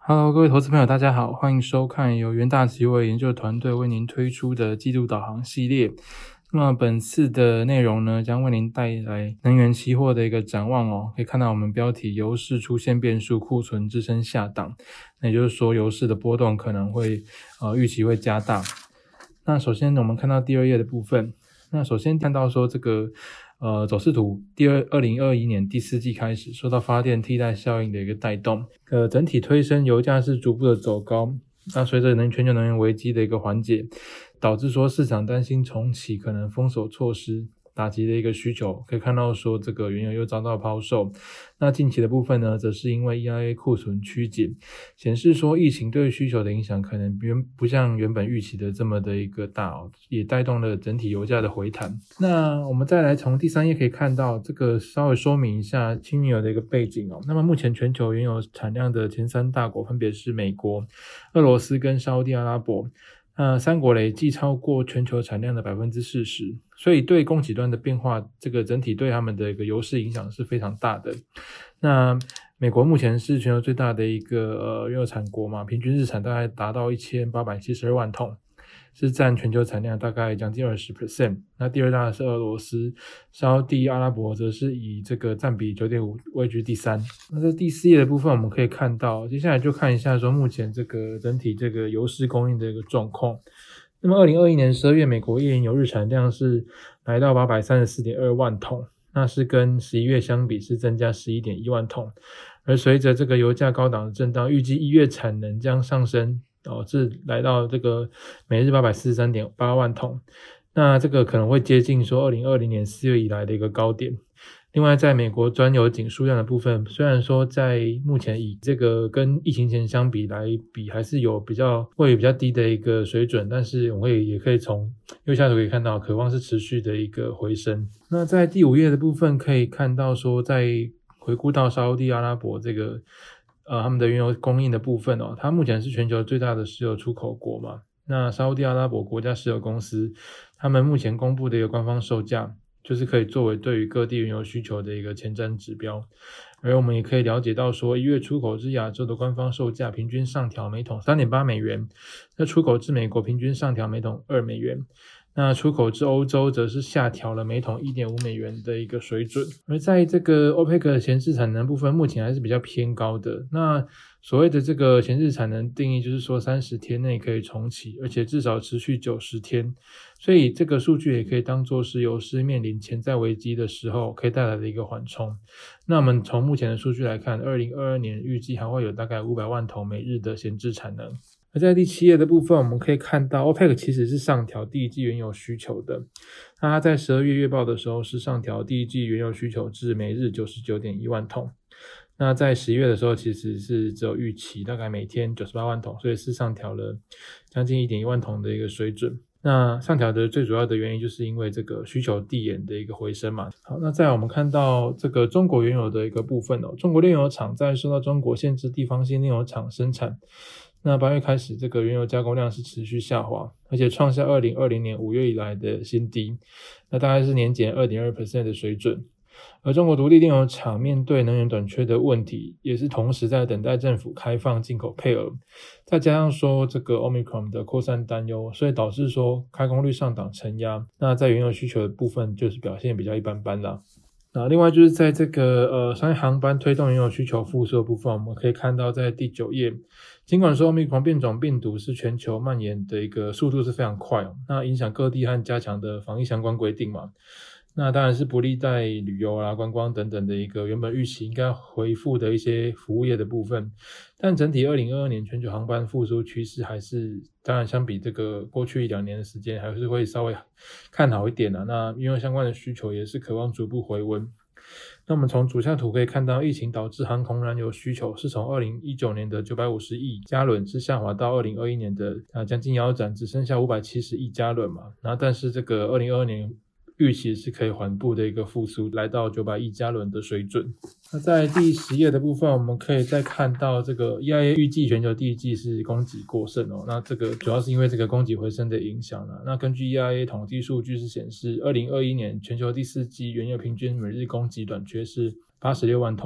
Hello，各位投资朋友，大家好，欢迎收看由元大期货研究团队为您推出的季度导航系列。那么本次的内容呢，将为您带来能源期货的一个展望哦。可以看到我们标题油市出现变数，库存支撑下档，那也就是说油市的波动可能会预期会加大。那首先我们看到第二页的部分，那首先看到说这个走势图2021年第四季开始受到发电替代效应的一个带动，整体推升油价是逐步的走高。那随着全球能源危机的一个缓解，导致说市场担心重启可能封锁措施打击的一个需求，可以看到说这个原油又遭到抛售。那近期的部分呢，则是因为 EIA 库存趋紧，显示说疫情对需求的影响可能不像原本预期的这么的一个大哦，也带动了整体油价的回弹。那我们再来从第三页可以看到，这个稍微说明一下轻原油的一个背景哦。那么目前全球原油产量的前三大国分别是美国、俄罗斯跟沙烏地阿拉伯。三国累计超过全球产量的 40%， 所以对供给端的变化，这个整体对他们的一个油市影响是非常大的。那美国目前是全球最大的一个原油产国嘛，平均日产大概达到1872万桶，是占全球产量大概将近 20%。 那第二大的是俄罗斯，沙烏地阿拉伯则是以这个占比 9.5 位居第三。那在第四页的部分我们可以看到，接下来就看一下说目前这个整体这个油市供应的一个状况。那么2021年12月美国页岩油日产量是来到 834.2 万桶，那是跟11月相比是增加 11.1 万桶。而随着这个油价高档的震荡，预计1月产能将上升是来到这个每日 843.8 万桶，那这个可能会接近说2020年4月以来的一个高点。另外在美国专油井数量的部分，虽然说在目前以这个跟疫情前相比还是有比较低的一个水准，但是我们也可以从右下角可以看到渴望是持续的一个回升。那在第5页的部分可以看到说，在回顾到沙烏地阿拉伯这个他们的原油供应的部分它目前是全球最大的石油出口国嘛。那沙烏地阿拉伯国家石油公司他们目前公布的一个官方售价，就是可以作为对于各地原油需求的一个前瞻指标。而我们也可以了解到说，1月出口至亚洲的官方售价平均上调每桶 3.8 美元，那出口至美国平均上调每桶2美元。那出口至欧洲则是下调了每桶 1.5 美元的一个水准。而在这个 OPEC 闲置产能部分，目前还是比较偏高的。那所谓的这个闲置产能定义就是说30天内可以重启，而且至少持续90天。所以这个数据也可以当作是油市面临潜在危机的时候可以带来的一个缓冲。那我们从目前的数据来看，2022年预计还会有大概500万桶每日的闲置产能。而在第7页的部分，我们可以看到 OPEC 其实是上调第一季原油需求的。那它在12月月报的时候是上调第一季原油需求至每日 99.1 万桶。那在11月的时候其实是只有预期大概每天98万桶，所以是上调了将近 1.1 万桶的一个水准。那上调的最主要的原因就是因为这个需求递延的一个回升嘛。好，那再来我们看到这个中国原油的一个部分中国炼油厂在受到中国限制地方性炼油厂生产，那8月开始这个原油加工量是持续下滑，而且创下2020年5月以来的新低，那大概是年减 2.2% 的水准。而中国独立炼油厂面对能源短缺的问题，也是同时在等待政府开放进口配额，再加上说这个 Omicron 的扩散担忧，所以导致说开工率上档承压，那在原油需求的部分就是表现比较一般般啦。那另外就是在这个商业航班推动原油需求复苏的部分，我们可以看到在第9页，尽管说 Omicron 变种病毒是全球蔓延的一个速度是非常快那影响各地和加强的防疫相关规定嘛，那当然是不利在旅游观光等等的一个原本预期应该恢复的一些服务业的部分。但整体2022年全球航班复苏趋势还是当然相比这个过去1-2年的时间还是会稍微看好一点那因为相关的需求也是渴望逐步回温。那我们从主下图可以看到，疫情导致航空燃油需求是从2019年的950亿加仑是下滑到2021年的将近腰斩，只剩下570亿加仑嘛。但是这个2022年预期是可以缓步的一个复苏，来到900亿加仑的水准。那在第10页的部分，我们可以再看到这个 EIA 预计全球第一季是供给过剩那这个主要是因为这个供给回升的影响那根据 EIA 统计数据是显示2021年全球第4季原油平均每日供给短缺是86万桶，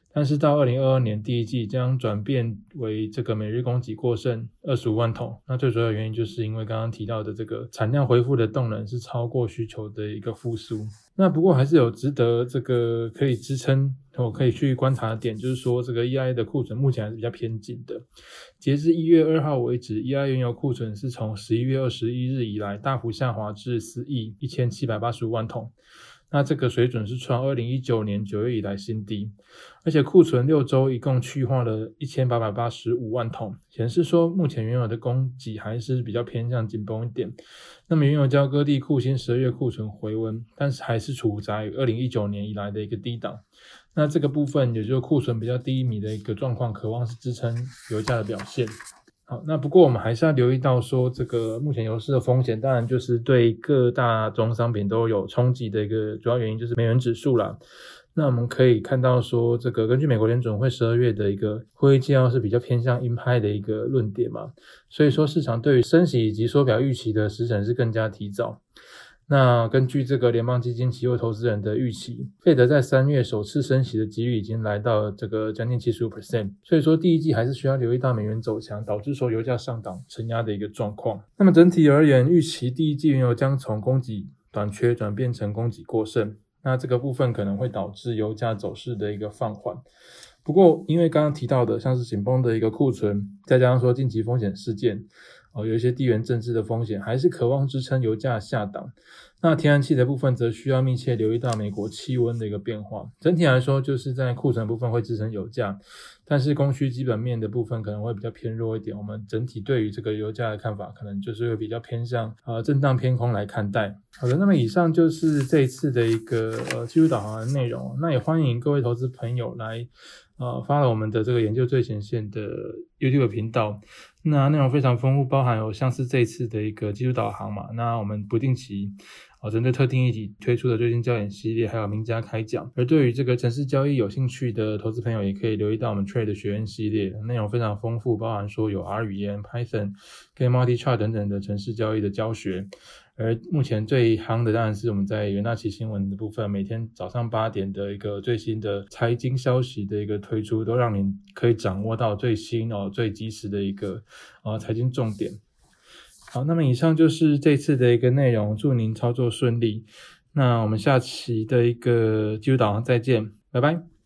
但是到2022年第一季将转变为这个每日供给过剩25万桶。那最主要的原因就是因为刚刚提到的这个产量恢复的动能是超过需求的一个复苏。那不过还是有值得这个可以支撑或可以去观察的点，就是说这个 EIA 的库存目前还是比较偏紧的。截至1月2号为止， EIA 原油库存是从11月21日以来大幅下滑至4亿1785万桶。那这个水准是创2019年9月以来新低，而且库存6周一共去化了1885万桶，显示说目前原油的供给还是比较偏向紧绷一点。那么原油交割地库欣12月库存回温，但是还是处在2019年以来的一个低档。那这个部分也就是库存比较低迷的一个状况，渴望是支撑油价的表现。好，那不过我们还是要留意到说，这个目前油市的风险，当然就是对各大宗商品都有冲击的一个主要原因，就是美元指数啦。那我们可以看到说，这个根据美国联准会12月的一个会议纪要是比较偏向鹰派的一个论点嘛，所以说市场对于升息以及缩表预期的时程是更加提早。那根据这个联邦基金期货投资人的预期，费德在3月首次升息的几率已经来到这个将近 75%， 所以说第一季还是需要留意到美元走强导致说油价上档承压的一个状况。那么整体而言，预期第一季原油将从供给短缺转变成供给过剩，那这个部分可能会导致油价走势的一个放缓。不过因为刚刚提到的像是紧绷的一个库存，再加上说近期风险事件，有一些地缘政治的风险，还是渴望支撑油价下档。那天然气的部分则需要密切留意到美国气温的一个变化。整体来说，就是在库存的部分会支撑油价，但是供需基本面的部分可能会比较偏弱一点。我们整体对于这个油价的看法，可能就是会比较偏向震荡偏空来看待。好的，那么以上就是这一次的一个技术导航的内容。那也欢迎各位投资朋友来follow我们的这个研究最前线的 YouTube 频道。那内容非常丰富，包含有像是这一次的一个技术导航嘛，那我们不定期针对特定议题推出的最新焦点系列，还有名家开讲。而对于这个程式交易有兴趣的投资朋友，也可以留意到我们 Trade 学院系列，内容非常丰富，包含说有 R 语言、Python 跟 Multi-Chart 等等的程式交易的教学。而目前最夯的当然是我们在元大期新闻的部分，每天早上8点的一个最新的财经消息的一个推出，都让您可以掌握到最新最及时的一个财经重点。好，那么以上就是这次的一个内容，祝您操作顺利。那我们下期的一个技术导航再见，拜拜。